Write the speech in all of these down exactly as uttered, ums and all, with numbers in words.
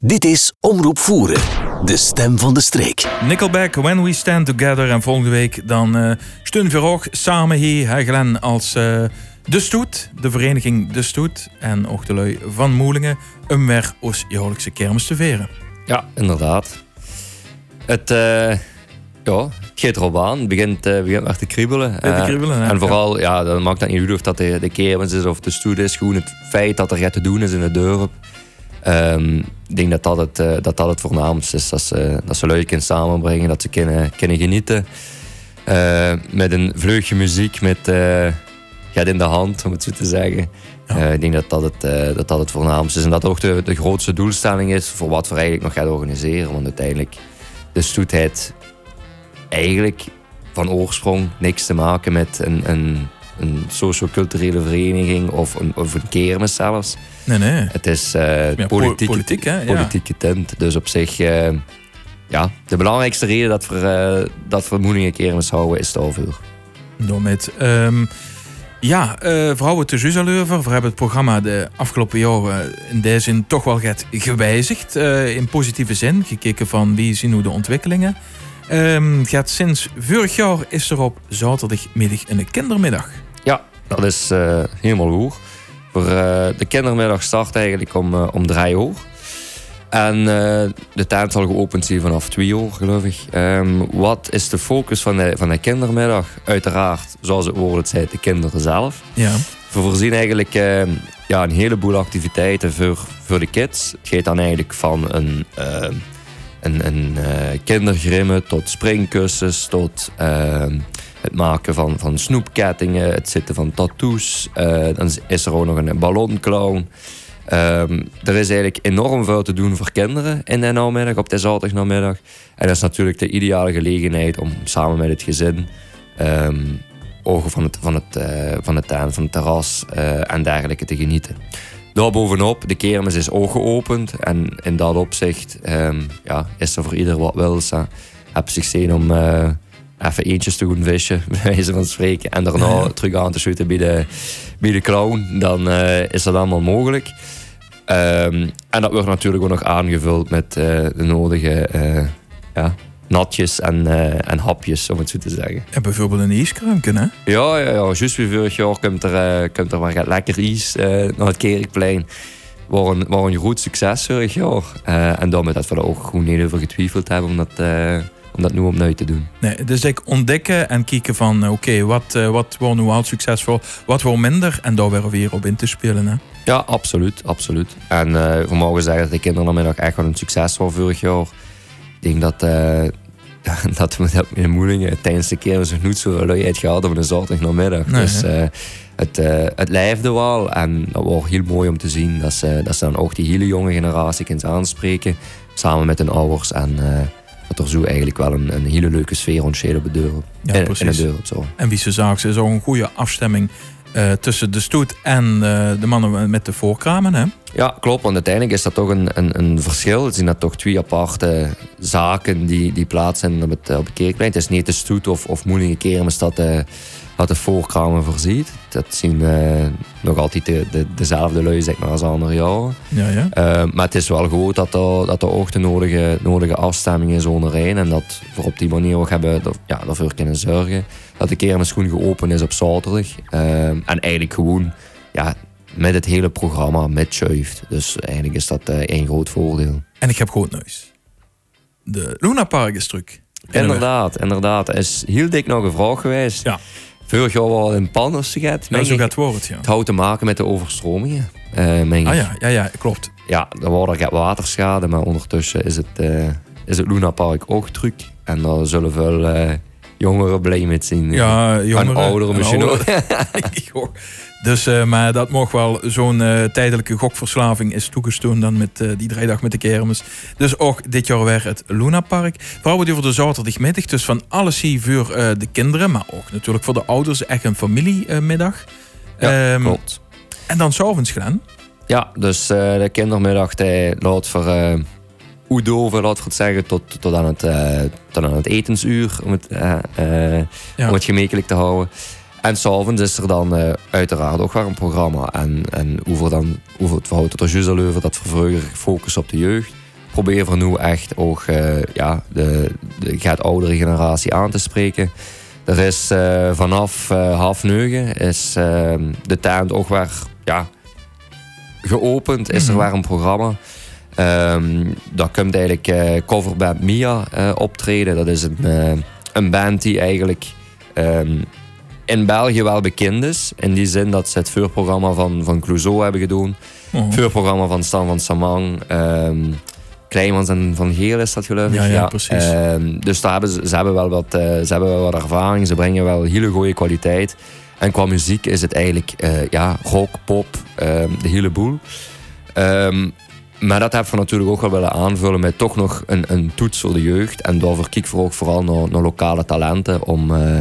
Dit is Omroep Voeren, de stem van de streek. Nickelback, When We Stand Together. En volgende week dan uh, steun we ook samen hier, hè, Glenn, als uh, De Stoet, de vereniging De Stoet. En ook de lui van Moelingen, om weer ons jaarlijkse kermis te veren. Ja, inderdaad. Het, uh, ja, het gaat erop aan. Het begint, uh, begint maar te kriebelen. Te uh, kriebelen en vooral, ja. ja, dan maakt dat niet uit of dat de, de kermis is of de stoet is. Gewoon het feit dat er gaat te doen is in het dorp. Um, ik denk dat dat het, uh, dat dat het voornaamste is. Dat ze, dat ze lui kunnen samenbrengen, dat ze kunnen, kunnen genieten. Uh, met een vleugje muziek, met uh, gaat in de hand, om het zo te zeggen. Ja. Uh, ik denk dat dat het, uh, dat dat het voornaamste is. En dat ook de, de grootste doelstelling is voor wat we eigenlijk nog gaan organiseren. Want uiteindelijk, de stoet heeft eigenlijk van oorsprong niks te maken met een, een, een socio-culturele vereniging of een, of een kermis zelfs. Nee, nee. Het is uh, ja, politiek, politiek, hè? Ja. politieke tent. Dus op zich, uh, ja, de belangrijkste reden dat we, uh, dat we Moelingen kermis houden is de overvuur. Met, um, ja, uh, vrouwen te Zuzeleuver. We hebben het programma de afgelopen jaren in deze zin toch wel get gewijzigd. Uh, in positieve zin. Gekeken van wie zien hoe de ontwikkelingen. Um, gaat sinds vorig jaar is er op zaterdagmiddag een kindermiddag. Ja, dat is uh, helemaal goed. Voor, uh, de kindermiddag start eigenlijk om, uh, om drie uur. En uh, de tent zal geopend zijn vanaf twee uur, geloof ik. Um, wat is de focus van de, van de kindermiddag? Uiteraard, zoals het woord zei, de kinderen zelf. Ja. We voorzien eigenlijk uh, ja, een heleboel activiteiten voor, voor de kids. Het gaat dan eigenlijk van een, uh, een, een uh, kindergrimmen tot springkussens, tot uh, het maken van, van snoepkettingen, het zitten van tattoos. Uh, dan is er ook nog een ballonclown. Um, er is eigenlijk enorm veel te doen voor kinderen in de namiddag, op de zaterdagnamiddag. En dat is natuurlijk de ideale gelegenheid om samen met het gezin um, ogen van het, van het, uh, van het tuin, van het terras uh, en dergelijke te genieten. Daarbovenop, de kermis is ook geopend. En in dat opzicht um, ja, is er voor ieder wat wils. Hè. Heb zich zin om uh, even eentjes te gaan vissen, bij wijze van spreken. En daarna ja. terug aan te schuiten bij de, bij de clown. Dan uh, is dat allemaal mogelijk. Um, en dat wordt natuurlijk ook nog aangevuld met uh, de nodige uh, ja, natjes en, uh, en hapjes, om het zo te zeggen. En bijvoorbeeld een ijskruimken, hè? Ja, ja, ja. Juist wie vorig jaar komt er, uh, komt er maar lekker ijs uh, naar het Kerkplein. Was een, was een groot succes vorig jaar. Uh, en daarmee dat we er ook gewoon niet over getwijfeld hebben om dat, uh, om dat nu opnieuw te doen. Nee, dus ik ontdekken en kijken van oké, okay, wat, uh, wat was nu al succesvol, wat was minder en daar weer weer op in te spelen, hè? Ja, absoluut, absoluut. En uh, we mogen zeggen dat de kindernamiddag echt wel een succes was vorig jaar. Ik denk dat, uh, dat we dat in Moelingen tijdens de kermis nog niet zo luiheid gehad op een zaterdagnamiddag. Nee, dus uh, het, uh, het leefde wel en dat was heel mooi om te zien dat ze, dat ze dan ook die hele jonge generatie kunnen aanspreken, samen met hun ouders. En uh, dat er zo eigenlijk wel een, een hele leuke sfeer ontstaat op de deur. Ja, in, precies. In de deur zo. En wie ze zagen, is ook een goede afstemming Uh, tussen de stoet en uh, de mannen met de voorkramen, hè? Ja, klopt. Want uiteindelijk is dat toch een, een, een verschil. Het zijn dat toch twee aparte zaken die, die plaatsvinden op het, op het Kerkplein. Het is niet de stoet of, of Moelingen kermis dat de, dat de voorkramen voorziet. Dat zijn uh, nog altijd de, de, dezelfde lui, zeg maar, als andere jaren. Ja, ja. Uh, maar het is wel goed dat er, dat er ook de nodige, nodige afstemming is onderheen. En dat we op die manier ook hebben, ja, ervoor kunnen zorgen dat de kermis gewoon geopend is op zaterdag. Uh, en eigenlijk gewoon ja, met het hele programma mitschuift. Dus eigenlijk is dat uh, één groot voordeel. En ik heb goed nieuws. De Luna Park is terug. Inderdaad, inderdaad. Er is heel dik nog een vraag geweest. Ja. Vorig jaar wel een pan als het gaat. Ja, zo gaat het worden, ja. Het houdt te maken met de overstromingen. Uh, ah ja, ja, ja, klopt. Ja, er wordt waterschade, maar ondertussen is het, uh, is het Luna Park ook terug. En daar zullen veel uh, jongeren blij mee zijn. Ja, jongeren. En ouderen misschien ook. Dus, uh, maar dat mag wel. Zo'n uh, tijdelijke gokverslaving is toegestaan dan met uh, die drie dag met de kermis. Dus ook dit jaar weer het Luna Park. Vrouwen die voor de zaterdagmiddag. Dus van alles hier voor uh, de kinderen. Maar ook natuurlijk voor de ouders. Echt een familiemiddag. Ja, um, klopt. En dan 's avonds gedaan. Ja, dus uh, de kindermiddag die laat voor uh, Oedoven, laat voor het zeggen, tot, tot, aan het, uh, tot aan het etensuur. Om het, uh, uh, ja. om het gemakkelijk te houden. En 's avonds is er dan uh, uiteraard ook weer een programma. En, en over, dan, over het verhoud tot de Zuzeleuver, dat vervroeger gefocust op de jeugd. proberen we nu echt ook uh, ja, de, de gaat oudere generatie aan te spreken. Er is uh, vanaf uh, half negen is uh, de tent ook weer ja, geopend. Is er weer een programma. Um, daar komt eigenlijk uh, coverband Mia uh, optreden. Dat is een, uh, een band die eigenlijk um, in België wel bekend is. In die zin dat ze het voorprogramma van, van Clouseau hebben gedaan. Oh. Het voorprogramma van Stan van Samang. Um, Kleimans en Van Geel is dat geloof ik. Ja, ja, ja. Precies. Um, dus daar hebben ze, ze, hebben wel wat, uh, ze hebben wel wat ervaring. Ze brengen wel hele goede kwaliteit. En qua muziek is het eigenlijk uh, ja, rock, pop, um, de hele boel. Um, maar dat hebben we natuurlijk ook wel willen aanvullen met toch nog een, een toets voor de jeugd. En daarvoor kijken we ook vooral naar, naar lokale talenten om uh,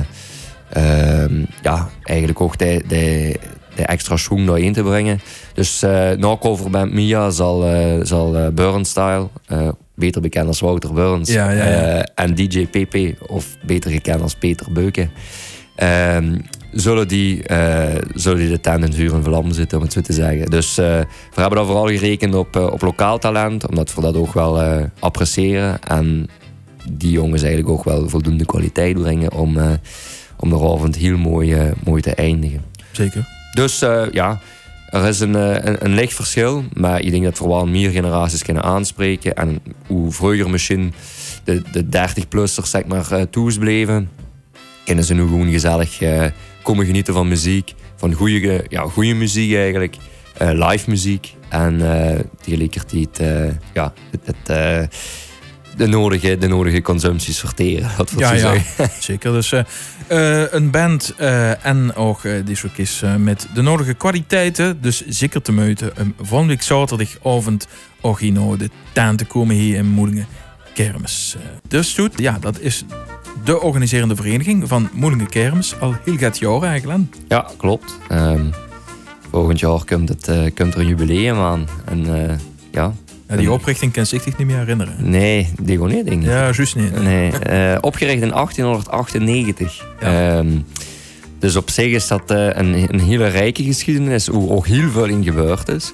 uh, ja, eigenlijk ook de, de, de extra schoen daarin te brengen. Dus uh, na coverband Mia zal, uh, zal uh, Burnstyle, uh, beter bekend als Wouter Burns, ja, ja, ja. Uh, en D J P P, of beter gekend als Peter Beuken, uh, zullen, die, uh, zullen die de tent in vuur en vlam zitten, om het zo te zeggen. Dus uh, we hebben daar vooral gerekend op, uh, op lokaal talent, omdat we dat ook wel uh, appreciëren. En die jongens eigenlijk ook wel voldoende kwaliteit brengen om, uh, om de avond heel mooi, uh, mooi te eindigen. Zeker. Dus uh, ja, er is een, een, een licht verschil, maar ik denk dat we wel meer generaties kunnen aanspreken. En hoe vroeger misschien de, de dertig-plussers zeg maar uh, toes bleven, kunnen ze nu gewoon gezellig uh, komen genieten van muziek, van goede, ja, goede muziek eigenlijk, uh, live muziek en uh, tegelijkertijd uh, ja, het, het, uh, de, nodige, de nodige consumpties verteren. Dat ja, ja, zeker. Dus uh, uh, een band uh, en ook uh, die ook is uh, met de nodige kwaliteiten, dus zeker te meuten. Um, volgende week zaterdagavond Orgino de tent te komen hier in Moelingen Kermis. Uh, dus goed, ja, dat is de organiserende vereniging van Moelingen Kermis. Al heel gaat jaar eigenlijk. Ja, klopt. Um, volgend jaar komt, het, uh, komt er een jubileum aan. En uh, ja... Ja, die oprichting kan zich niet meer herinneren. Nee, die gewoon niet, denk ik. Ja, juist niet. Nee, uh, opgericht in achttienhonderdachtennegentig. Ja. Um, dus op zich is dat uh, een, een hele rijke geschiedenis, hoe ook heel veel in gebeurd is.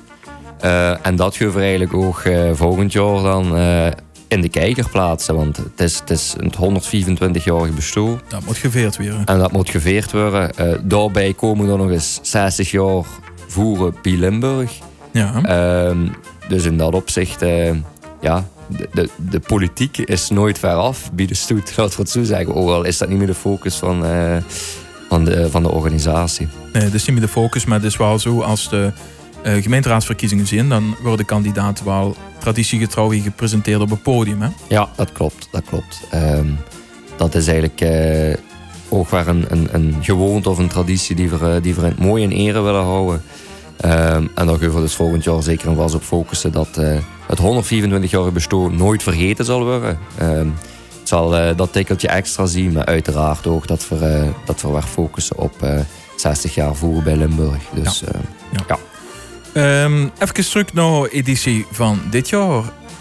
Uh, en dat gaan we eigenlijk ook uh, volgend jaar dan uh, in de kijker plaatsen. Want het is, het is een honderdvierentwintig-jarig bestaan. Dat moet geveerd worden. En dat moet geveerd worden. Uh, daarbij komen er nog eens zestig jaar voeren bij Limburg. Ja. Uh, dus in dat opzicht, uh, ja, de, de, de politiek is nooit ver af bij de stoet, laten we het zo zeggen. Ook al is dat niet meer de focus van, uh, van, de, van de organisatie. Nee, dat is niet meer de focus, maar het is wel zo, als de uh, gemeenteraadsverkiezingen zijn, dan worden kandidaten wel traditiegetrouw gepresenteerd op het podium. Hè? Ja, dat klopt. Dat klopt. Um, dat is eigenlijk uh, ook weer een, een, een gewoonte of een traditie die we, die we in het mooi in ere willen houden. Um, en daar gaan we dus volgend jaar zeker en vast op focussen dat uh, het honderdvierentwintig-jarige bestaan nooit vergeten zal worden. Um, het zal uh, dat tikkeltje extra zien, maar uiteraard ook dat we, uh, dat we weer focussen op uh, zestig jaar voeren bij Limburg. Dus ja. Uh, ja. ja. Um, even terug naar de editie van dit jaar.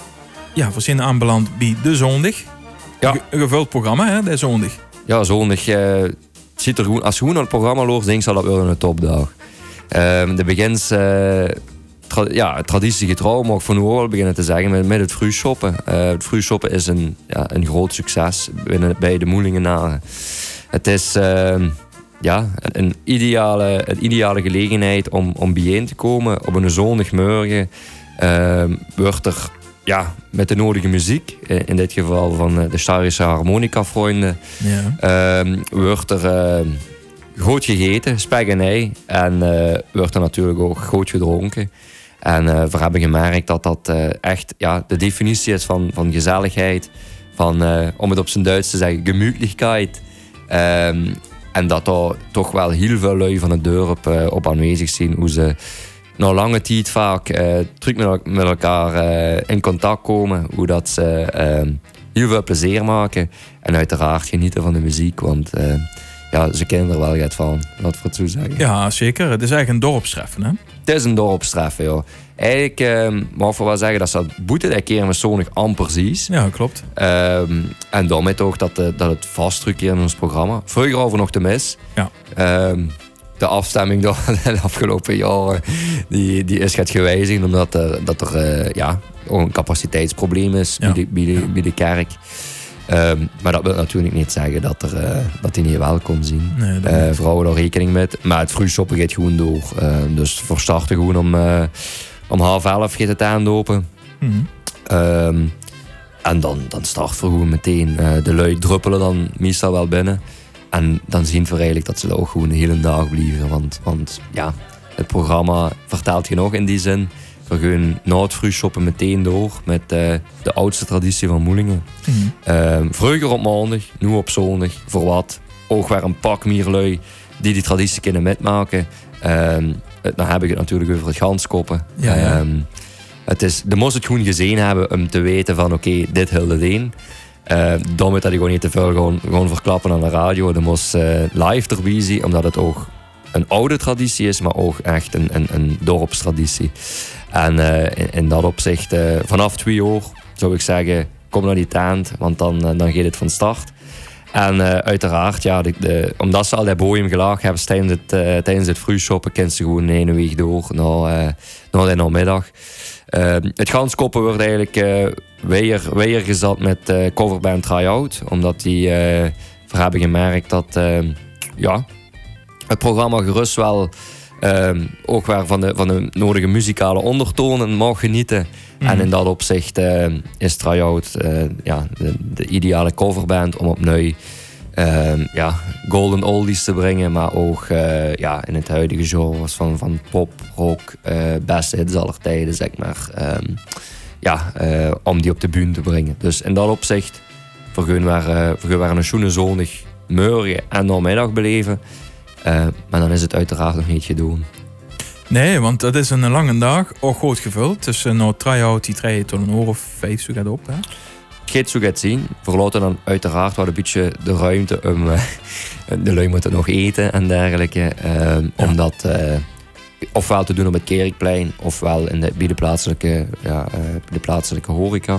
Ja, we zijn aanbeland bij de zondag. Ja. Een gevuld programma, hè, de zondag. Ja, zondag. Uh, ziet er gewoon, als je gewoon naar het programma loopt, denk ik, zal dat wel een topdag. Um, de begins, uh, tra- ja, traditiegetrouw, mag ik van nu al beginnen te zeggen, met, met het vroegshoppen. Uh, het vroegshoppen is een, ja, een groot succes binnen, bij de Moelingenaren. Het is uh, ja, een, ideale, een ideale gelegenheid om, om bijeen te komen. Op een zondagmorgen uh, wordt er ja, met de nodige muziek, in dit geval van de Starische harmonica-vrienden, ja. uh, wordt er... Uh, goed gegeten, spek en ei. En uh, wordt er natuurlijk ook goed gedronken. En uh, we hebben gemerkt dat dat uh, echt ja, de definitie is van, van gezelligheid. Van, uh, om het op zijn Duits te zeggen, gemütlichkeit. Um, en dat er toch wel heel veel lui van het dorp uh, op aanwezig zijn. Hoe ze na lange tijd vaak uh, terug met, met elkaar uh, in contact komen. Hoe dat ze uh, heel veel plezier maken. En uiteraard genieten van de muziek. Want... Uh, ja, ze kennen er wel wat van, wat voor het zo zeggen. Ja, zeker. Het is eigenlijk een dorpstreffen, hè? Het is een dorpstreffen, ja. Eigenlijk uh, mag ik wel zeggen dat ze dat boete dat keer met zonig amper ziet. Ja, klopt. Um, en daarmee ook dat, uh, dat het vast terugkeert in ons programma. Vroeger over nog de mis. Ja. Um, de afstemming door de afgelopen jaren die, die is gaat gewijzigd. Omdat er, dat er uh, ja, ook een capaciteitsprobleem is ja. bij, de, bij, de, bij de kerk. Um, maar dat wil natuurlijk niet zeggen dat, er, uh, dat die niet welkom zijn. Nee, uh, vrouwen daar rekening met. Maar het vroegshoppen gaat gewoon door. Uh, dus voor starten gewoon om, uh, om half elf gaat het aanlopen. Mm-hmm. Um, en dan, dan starten we gewoon meteen. Uh, de lui druppelen dan meestal wel binnen. En dan zien we eigenlijk dat ze er ook gewoon de hele dag blijven. Want, want ja, het programma vertelt genoeg in die zin. We gaan na het vroegshoppen meteen door met uh, de oudste traditie van Moelingen. Mm-hmm. Uh, vroeger op maandag, nu op zondag. Voor wat? Ook weer een pak meer lui die die traditie kunnen metmaken. Uh, dan heb ik het natuurlijk over het ganskoppen. Ja, ja. Uh, het is, de moest het gewoon gezien hebben om te weten van oké, okay, dit hield het een. Uh, dan moet dat ik gewoon niet te veel gewoon, gewoon verklappen aan de radio. De moest uh, live erbij zijn, omdat het ook een oude traditie is, maar ook echt een, een, een dorpstraditie. En uh, in, in dat opzicht, uh, vanaf twee uur zou ik zeggen, kom naar die tent, want dan, uh, dan gaat het van start. En uh, uiteraard, ja, de, de, omdat ze al dat boeien gelaagd hebben tijdens het, uh, tijdens het vroegshoppen, kunnen ze gewoon een ene week door naar, uh, naar de namiddag. Uh, het ganskoppen wordt eigenlijk uh, weer, weer gezet met uh, coverband Try-Out, omdat die uh, we hebben gemerkt dat uh, ja, het programma gerust wel uh, ook weer van de, van de nodige muzikale ondertonen mag genieten. Mm. En in dat opzicht uh, is Try-Out uh, ja, de, de ideale coverband om opnieuw uh, ja, golden oldies te brengen, maar ook uh, ja, in het huidige genre van, van pop, rock, uh, beste hits aller tijden, zeg maar. Um, ja, uh, om die op de bühne te brengen. Dus in dat opzicht, we gaan we uh, een schoene zonnig morgen en namiddag beleven. Uh, maar dan is het uiteraard nog niet gedaan. Nee, want dat is een lange dag, ook goed gevuld. Dus uh, nou, try-out, die try je tot een uur of vijf zo gaat op. Hè? Het gaat zo gaat zien. We laten dan uiteraard wel een beetje de ruimte om... Uh, de lui moeten nog eten en dergelijke. Uh, ja. Om dat uh, ofwel te doen op het Kerkplein, ofwel in de, bij de plaatselijke, ja, uh, de plaatselijke horeca.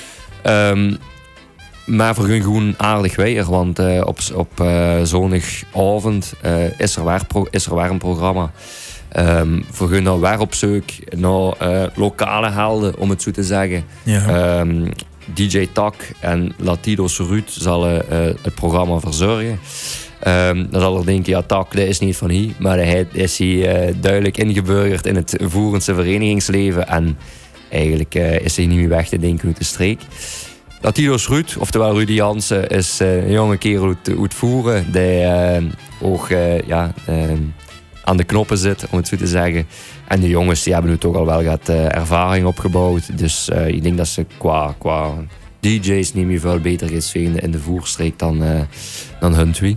Um, Maar we gaan gewoon aardig weer, want uh, op, op uh, zondagavond uh, is, er weer pro- is er weer een programma. Um, we gaan dan weer op zoek naar uh, lokale helden, om het zo te zeggen. Ja. Um, D J Tak en Latidos Ruud zullen uh, het programma verzorgen. Um, dan zal er denken, ja, Tak, dat is niet van hier. Maar hij is hier uh, duidelijk ingeburgerd in het Voerense verenigingsleven. En eigenlijk uh, is hij niet meer weg te denken uit de streek. Latidos Ruud, oftewel Rudy Jansen, is uh, een jonge kerel uit, uit Voeren. Die uh, ook uh, ja, uh, aan de knoppen zit, om het zo te zeggen. En de jongens die hebben nu toch al wel wat uh, ervaring opgebouwd. Dus uh, ik denk dat ze qua, qua D J's niet meer veel beter is in de Voerstreek dan, uh, dan hun twee.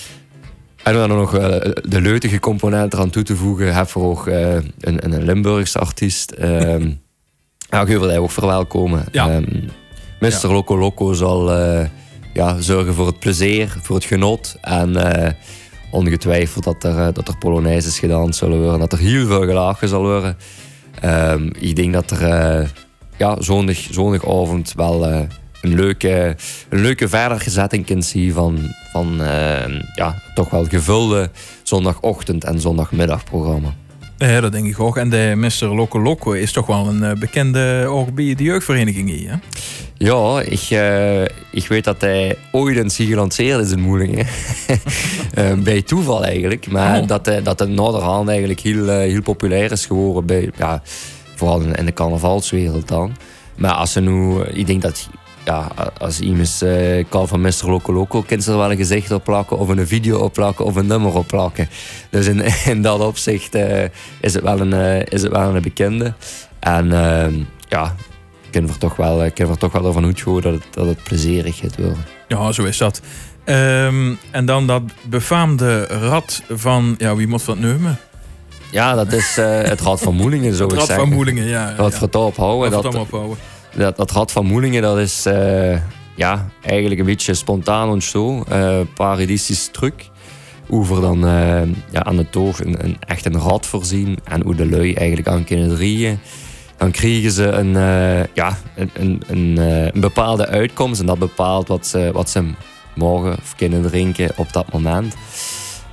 En om dan nog uh, de leutige component eraan toe te voegen, hebben we ook uh, een, een Limburgse artiest. Um, ja, ik wil hij ook verwelkomen. Ja. Um, mister Ja. Loco Loco zal uh, ja, zorgen voor het plezier, voor het genot. En uh, ongetwijfeld dat er, uh, dat er polonaises gedaan zullen worden. Dat er heel veel gelachen zal worden. Um, ik denk dat er uh, ja, zondag, zondagavond wel uh, een, leuke, een leuke verdergezetting kunt zien van, van uh, ja, toch wel gevulde zondagochtend- en zondagmiddagprogramma. Ja, dat denk ik ook. En de mister Loco Loco is toch wel een uh, bekende ook bij de jeugdvereniging hier, hè? Ja, ik, uh, ik weet dat hij ooit eens hier gelanceerd is in Moelingen. uh, bij toeval eigenlijk. Maar oh. dat, uh, dat het naderhand eigenlijk heel, uh, heel populair is geworden. Bij, ja, vooral in, in de carnavalswereld dan. Maar als ze nu... Ik denk dat... Ja, als iemand uh, kan van mister Loco Loco, kan ze er wel een gezicht op plakken, of een video op plakken, of een nummer op plakken. Dus in, in dat opzicht uh, is, het wel een, uh, is het wel een bekende. En uh, ja, kunnen we toch wel, kunnen we toch wel ervan uitgaan dat het, dat het plezierig gaat worden. Ja, zo is dat. Um, en dan dat befaamde rad van, ja, wie moet dat nemen? Ja, dat is uh, het Rad van Moelingen, zou ik zeggen. Het Rad van Moelingen, ja. Dat ja. we het ophouden. Dat, dat, dat ophouden. Dat, dat Rad van Moelingen, dat is uh, ja, eigenlijk een beetje spontaan ontstaan. Uh, een paar edities terug. Hoe we dan uh, ja, aan de toog een, een, echt een rad voorzien. En hoe de lui eigenlijk aan kunnen drieën. Dan krijgen ze een, uh, ja, een, een, een, een bepaalde uitkomst. En dat bepaalt wat ze, wat ze mogen of kunnen drinken op dat moment.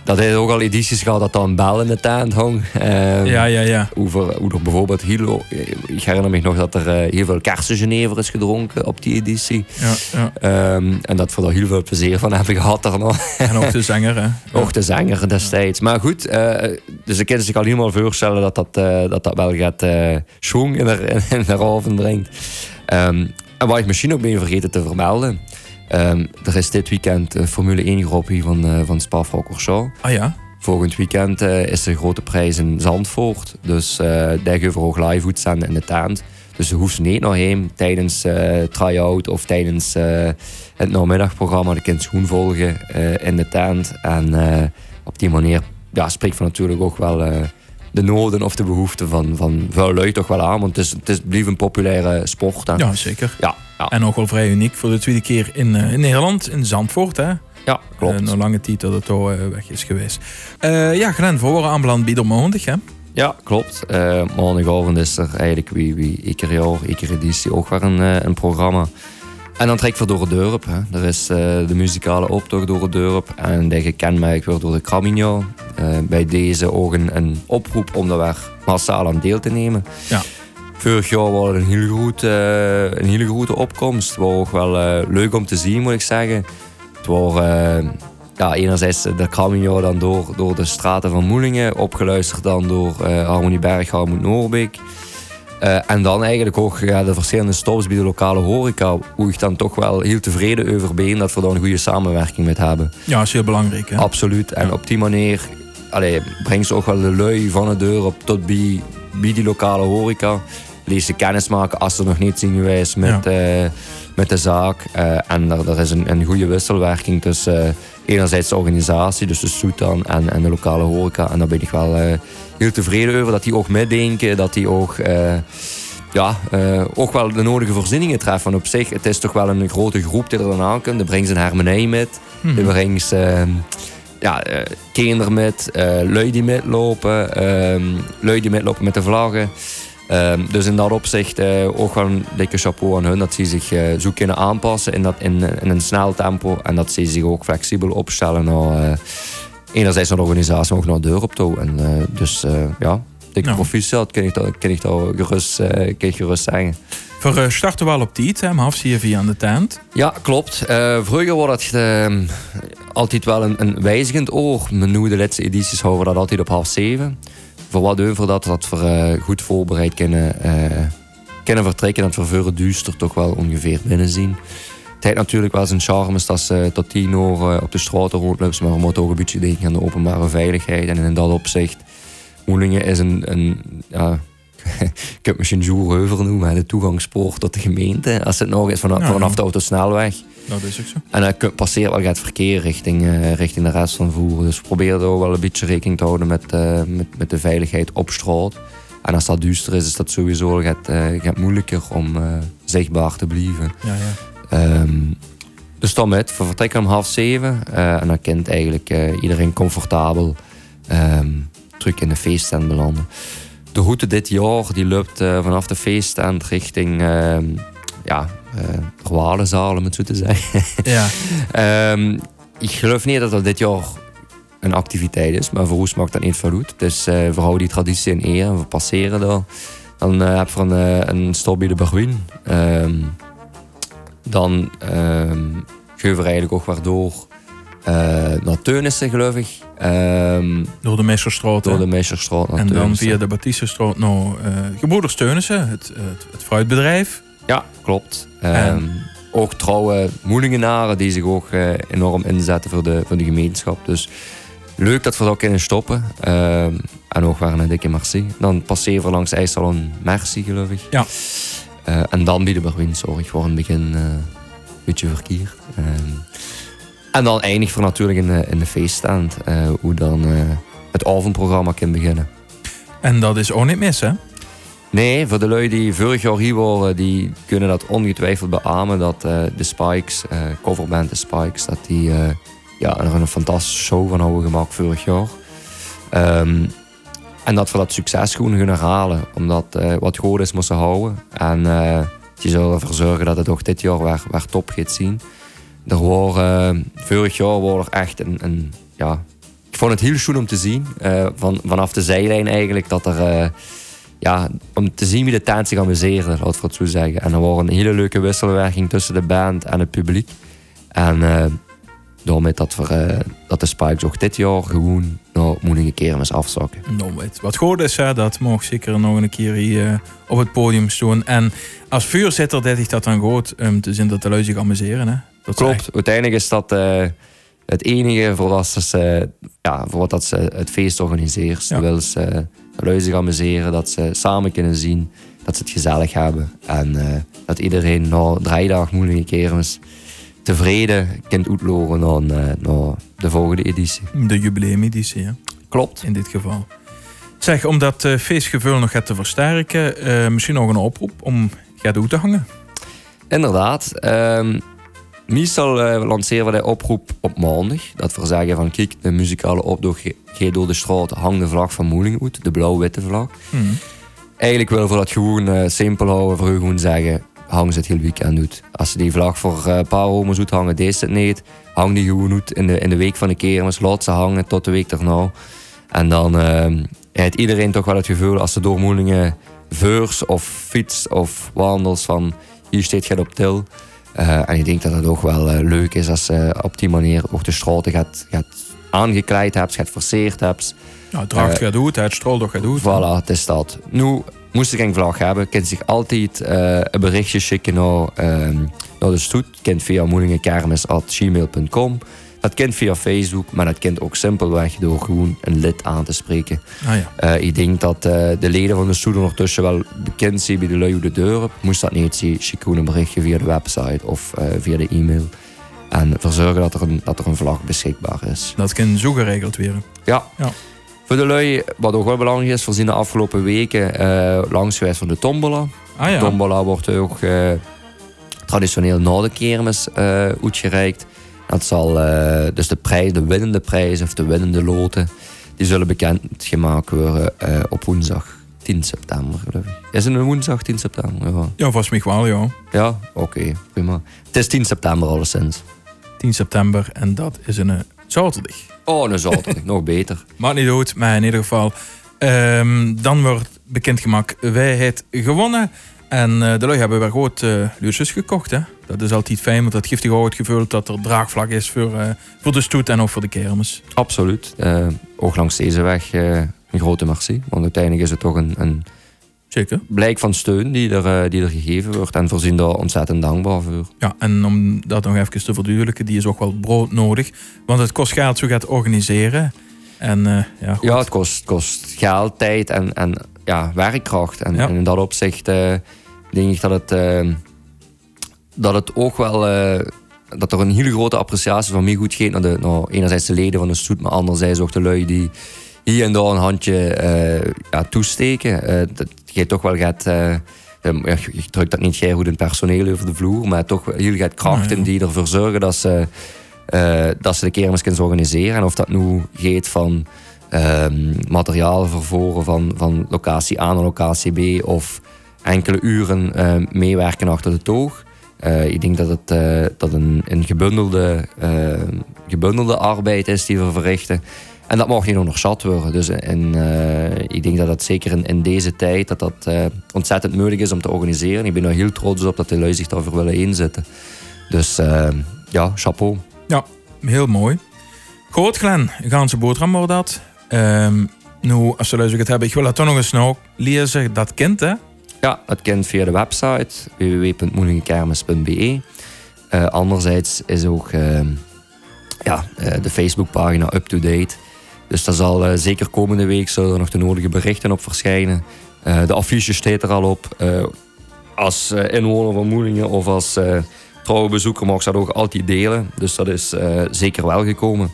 dat heeft ook al edities gehad dat er een bel in de tent hong. Uh, ja, ja, ja. Over, hoe er bijvoorbeeld heel, ik herinner me nog dat er uh, heel veel kersengenever is gedronken op die editie. Ja, ja. Um, en dat we er heel veel plezier van hebben gehad er nog. En ook de zanger, hè? Ja. Ook de zanger destijds. Ja. Maar goed, uh, dus ik kan zich al helemaal voorstellen dat dat, uh, dat, dat wel gaat uh, schwung in de, in de avond brengt. Um, en wat ik misschien ook ben vergeten te vermelden. Um, er is dit weekend uh, Formule één Grand Prix van, uh, van Spa-Francorchamps. Ah ja? Volgend weekend uh, is de grote prijs in Zandvoort. Dus uh, daar gaan we ook live uitzenden in de tent. Dus je hoeft niet naar heen tijdens uh, try-out of tijdens uh, het namiddagprogramma. Je kunt het gewoon volgen uh, in de tent. En uh, op die manier ja, spreekt van natuurlijk ook wel uh, de noden of de behoeften van, van veel lui toch wel aan. Want het is, het is blijft een populaire sport. Hè. Ja, zeker. Ja, ja. En ook wel vrij uniek voor de tweede keer in, uh, in Nederland, in Zandvoort. Hè? Ja, klopt. Uh, nog lange tijd dat het al uh, weg is geweest. Uh, ja, Glenn, we worden aanbeland bij de maandag, hè? Ja, klopt. Uh, maandagavond is er eigenlijk wie, wie ieder jaar, iedere editie ook weer een, uh, een programma. En dan trek we door het dorp. Hè. Er is uh, de muzikale optocht door het dorp. En die gekenmerkt wordt door de Cramigno. Uh, bij deze ook een, een oproep om daar weer massaal aan deel te nemen. Ja. Vorig jaar was het een hele grote, uh, een hele grote opkomst. Het was ook wel uh, leuk om te zien, moet ik zeggen. Het was uh, ja, enerzijds de Cramigno dan door, door de straten van Moelingen. Opgeluisterd dan door uh, Harmonie Berg, Harmonie Noorbeek. Uh, en dan eigenlijk ook ja, de verschillende stops bij de lokale horeca. Hoe ik dan toch wel heel tevreden over ben dat we daar een goede samenwerking met hebben. Ja, dat is heel belangrijk. Hè? Absoluut. En ja. op die manier allee, brengt ze ook wel de lui van de deur op tot bij, bij die lokale horeca. Lees ze kennis maken als ze nog niet zien geweest met, ja. uh, met de zaak. Uh, en er, er is een, een goede wisselwerking tussen uh, enerzijds de organisatie, dus de Soetan en, en de lokale horeca. En daar ben ik wel uh, heel tevreden over dat die ook meedenken, dat die ook, uh, ja, uh, ook wel de nodige voorzieningen treffen. Want op zich, het is toch wel een grote groep die er dan aankomt. Die brengt zijn harmonie met, mm-hmm. die brengt uh, ja, uh, kinderen met, uh, lui die metlopen, uh, lui die metlopen met de vlaggen. Um, dus in dat opzicht uh, ook wel een dikke chapeau aan hun dat ze zich uh, zo kunnen aanpassen in, dat, in, in een snel tempo en dat ze zich ook flexibel opstellen naar uh, enerzijds naar de organisatie, maar ook naar de deur op toe. En uh, dus uh, ja, dikke nou. proficiat kan ik dat, kan ik dat gerust, uh, kan ik gerust zeggen. We uh, starten wel op tijd, hè, maar half zie je aan de tent. Ja, klopt. Uh, vroeger was het uh, altijd wel een, een wijzigend oor. Men nu de laatste edities houden we dat altijd op half zeven. Voor wat over dat, dat we uh, goed voorbereid kunnen, uh, kunnen vertrekken. Dat we voor het duister toch wel ongeveer binnen zien. Het heeft natuurlijk wel zijn charme dat ze tot tien uur uh, op de straten rondlopen. Maar we moeten ook een beetje denken aan de openbare veiligheid. En in dat opzicht, Moelingen is een, een ja, ik heb het misschien Joerheuver noemen, de toegangspoort tot de gemeente. Als het nog is vanaf, ja, vanaf de autosnelweg. Dat is ook zo. En dan passeert wel het verkeer richting, uh, richting de rest van Voeren. Dus we proberen er ook wel een beetje rekening te houden met, uh, met, met de veiligheid op straat. En als dat duister is, is dat sowieso gaat, uh, gaat moeilijker om uh, zichtbaar te blijven. Ja, ja. Um, dus dan met, we vertrekken om half zeven. Uh, en dan kent eigenlijk uh, iedereen comfortabel um, terug in de feesttent belanden. De route dit jaar die loopt uh, vanaf de feesttent richting... Uh, ja, uh, Walenzaal, om het zo te zeggen. Ja. um, ik geloof niet dat dat dit jaar een activiteit is, maar voor ons maakt dat niet veel uit. Dus uh, we houden die traditie in eer en we passeren daar. Dan uh, hebben we een, uh, een stop bij de Berwijn. Um, dan um, gaan we eigenlijk ook weer door uh, naar Teunissen, geloof ik. Um, door de Meesterstraat. Door de Meesterstraat naar En Teunissen. dan via de Baptistenstraat naar uh, Gebroeders Teunissen, het, het, het fruitbedrijf. Ja, klopt. Um, ook trouwe Moelingenaren die zich ook uh, enorm inzetten voor de, voor de gemeenschap. Dus leuk dat we dat kunnen stoppen. Um, en ook weer een dikke merci. Dan passeren we langs IJssalon Merci, geloof ik. Ja. Uh, en dan bij de Berwijn, sorry, ik word een beetje, uh, een beetje verkeerd. Um, en dan eindigt we natuurlijk in de, in de feeststand. Uh, hoe dan uh, het avondprogramma kan beginnen. En dat is ook niet mis, hè? Nee, voor de lui die vorig jaar hier waren, die kunnen dat ongetwijfeld beamen. Dat uh, de Spikes, uh, coverband de Spikes, dat die uh, ja, er een fantastische show van hebben gemaakt vorig jaar. Um, en dat we dat succes gewoon gaan herhalen. Omdat uh, wat goed is, moesten houden. En uh, die zullen ervoor zorgen dat het ook dit jaar weer, weer top gaat zien. Er waren, uh, vorig jaar was er echt een, een ja, ik vond het heel schoon om te zien. Uh, van, vanaf de zijlijn eigenlijk. Dat er... Uh, ja, om te zien wie de tent zich amuseerde, laat ik het zo zeggen. En er was een hele leuke wisselwerking tussen de band en het publiek. En uh, daarmee dat, we, uh, dat de Spikes ook dit jaar gewoon naar Moelinge Kermis afzakken. Nou, weet. Wat goed is, hè, dat mag zeker nog een keer hier uh, op het podium staan. En als vuurzitter deed ik dat dan goed om te zien dat de lui zich amuseren. Hè? Dat Klopt, echt... uiteindelijk is dat uh, het enige voor, dat ze, ja, voor wat dat ze het feest organiseert. Ja. Wil ze uh, de lui zich amuseren, dat ze samen kunnen zien, dat ze het gezellig hebben. En uh, dat iedereen na drie dagen Moelinge Kermis tevreden kunt uitlopen naar, uh, naar de volgende editie. De jubileumeditie, hè? Klopt. In dit geval. Zeg, om dat uh, feestgevoel nog te versterken, uh, misschien nog een oproep om gaat uit te hangen? Inderdaad. Um, meestal uh, lanceren we de oproep op maandag. Dat we zeggen van, kijk, de muzikale optocht gaat door de straat, hang de vlag van Moelinge uit, de blauw-witte vlag. Mm-hmm. Eigenlijk willen we dat gewoon uh, simpel houden, voor u gewoon zeggen, hang ze het heel weekend uit. Als ze die vlag voor uh, een paar homo's uit hangen, deze het niet. Hang die gewoon uit in de, in de week van de kermis. Laat ze hangen tot de week daarna. En dan uh, heeft iedereen toch wel het gevoel, als ze door Moelinge veurs of fiets of wandels van hier steekt gaat op til. Uh, en ik denk dat het ook wel uh, leuk is als ze op die manier ook de straten gaat, gaat aangekleid hebt, gaat verseerd hebt. Nou, het draagt uh, gaat uit, het straalt toch gaat uit. Voilà, het is dat. Nu, moest je geen vlag hebben, kunt zich altijd uh, een berichtje schikken naar, uh, naar de stoet. Kent via moelingekermis at gmail punt com. Dat kent via Facebook, maar dat kent ook simpelweg door gewoon een lid aan te spreken. Ah, ja. uh, ik denk dat uh, de leden van de stoet ondertussen wel bekend zijn bij de lui op de deur. Moest dat niet zien, schik gewoon een berichtje via de website of uh, via de e-mail. En verzorgen dat er, een, dat er een vlag beschikbaar is. Dat kan zo geregeld worden. Ja. ja. Voor de lui, wat ook wel belangrijk is, we zien de afgelopen weken uh, langs geweest van de tombola. Ah, ja. De tombola wordt ook uh, traditioneel na de kermis uh, uitgereikt. Dat zal uh, dus de prijs, de winnende prijs of de winnende loten, die zullen bekendgemaakt worden uh, op woensdag tien september, geloof ik. Is het een woensdag tien september? Ja, ja volgens mij wel, ja. Ja, oké, okay, prima. Het is tien september alleszins. tien september en dat is een uh, zaterdag. Oh, een zaterdag, nog beter. Maakt niet uit, maar in ieder geval. Um, dan wordt bekendgemaakt, wij het gewonnen. En uh, de lui hebben weer goed uh, luurtjes gekocht. Hè? Dat is altijd fijn, want dat geeft je ook het gevoel dat er draagvlak is voor, uh, voor de stoet en ook voor de kermis. Absoluut. Uh, ook langs deze weg uh, een grote merci. Want uiteindelijk is het toch een, een Zeker. blijk van steun die er, uh, die er gegeven wordt. En voorzien daar ontzettend dankbaar voor. Ja, en om dat nog even te verduidelijken, die is ook wel broodnodig. Want het kost geld zo gaat organiseren. En, uh, ja, ja, het kost, kost geld, tijd en, en ja, werkkracht. En, ja. en in dat opzicht uh, denk ik dat het, uh, dat het ook wel... Uh, dat er een hele grote appreciatie van mij goed gaat naar, de, naar enerzijds de leden van de stoet, maar anderzijds ook de lui die hier en daar een handje uh, ja, toesteken. Uh, dat je toch wel gaat... Uh, je drukt dat niet goed in personeel over de vloer, maar toch heel gaat krachten oh, ja. die ervoor zorgen dat ze, uh, dat ze de kermis kunnen organiseren. En of dat nu gaat van uh, materiaal vervoeren van, van locatie A naar locatie B of enkele uren uh, meewerken achter de toog. Uh, ik denk dat het uh, dat een, een gebundelde, uh, gebundelde arbeid is die we verrichten. En dat mag niet nog zat worden. Dus in, uh, ik denk dat het zeker in, in deze tijd dat dat uh, ontzettend moeilijk is om te organiseren. Ik ben er heel trots op dat de lui zich daarvoor willen inzetten. Dus uh, ja, chapeau. Ja, heel mooi. Goed, Glenn, een ganse boterham wordt dat. Um, nu, als de lui het hebben, ik wil dat toch nog eens nou lezen. Dat kent, hè? Ja, dat kent via de website w w w punt moelingekermis punt b e. Uh, anderzijds is ook uh, ja, uh, de Facebookpagina up-to-date. Dus daar zal uh, zeker komende week zullen er nog de nodige berichten op verschijnen. Uh, de affiche staat er al op. Uh, als uh, inwoner van Moelingen of als uh, trouwe bezoeker mag je dat ook altijd delen. Dus dat is uh, zeker wel gekomen.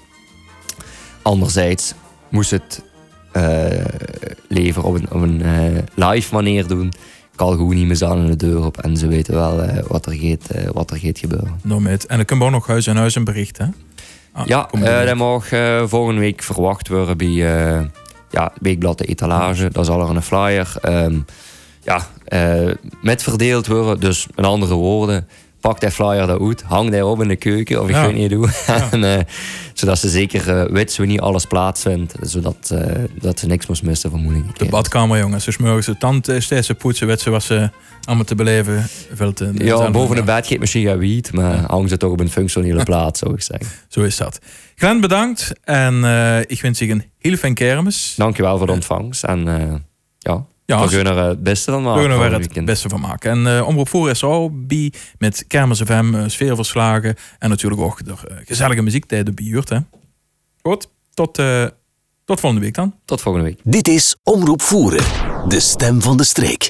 Anderzijds moest het uh, leven op een, op een uh, live manier doen. Ik al gewoon niet meer aan de deur op en ze weten wel uh, wat, er gaat, uh, wat er gaat gebeuren. Nou, met. En dan kunnen we ook nog huis en huis een bericht, hè? Ah, ja, uh, dat mag uh, volgende week verwacht worden bij uh, ja, Weekblad de Etalage. Daar zal er een flyer um, ja, uh, met verdeeld worden. Dus met andere woorden, pak die flyer daar uit, hang die op in de keuken of ik Ja. weet niet hoe. Ja. en, uh, zodat ze zeker uh, weet zo niet alles plaatsvindt, zodat uh, dat ze niks moest missen vermoedelijk. De badkamer, jongens. Dus morgens de tand steeds poetsen, weet ze wat ze allemaal te beleven. Veel te, ja, boven de bed geeft misschien geen wiet, maar ja. hangt ze toch op een functionele plaats, zou ik zeggen. Zo is dat. Glenn, bedankt. En uh, ik wens je een hele fijne kermis. Dankjewel voor de ontvangst. En uh, ja, ja, we kunnen er het beste van maken. We kunnen er het beste van maken. En uh, Omroep Voeren is er ook bij met Kermis F M, uh, sfeerverslagen. En natuurlijk ook de uh, gezellige muziek die de buurt. Hè. Goed, tot, uh, tot volgende week dan. Tot volgende week. Dit is Omroep Voeren, de stem van de streek.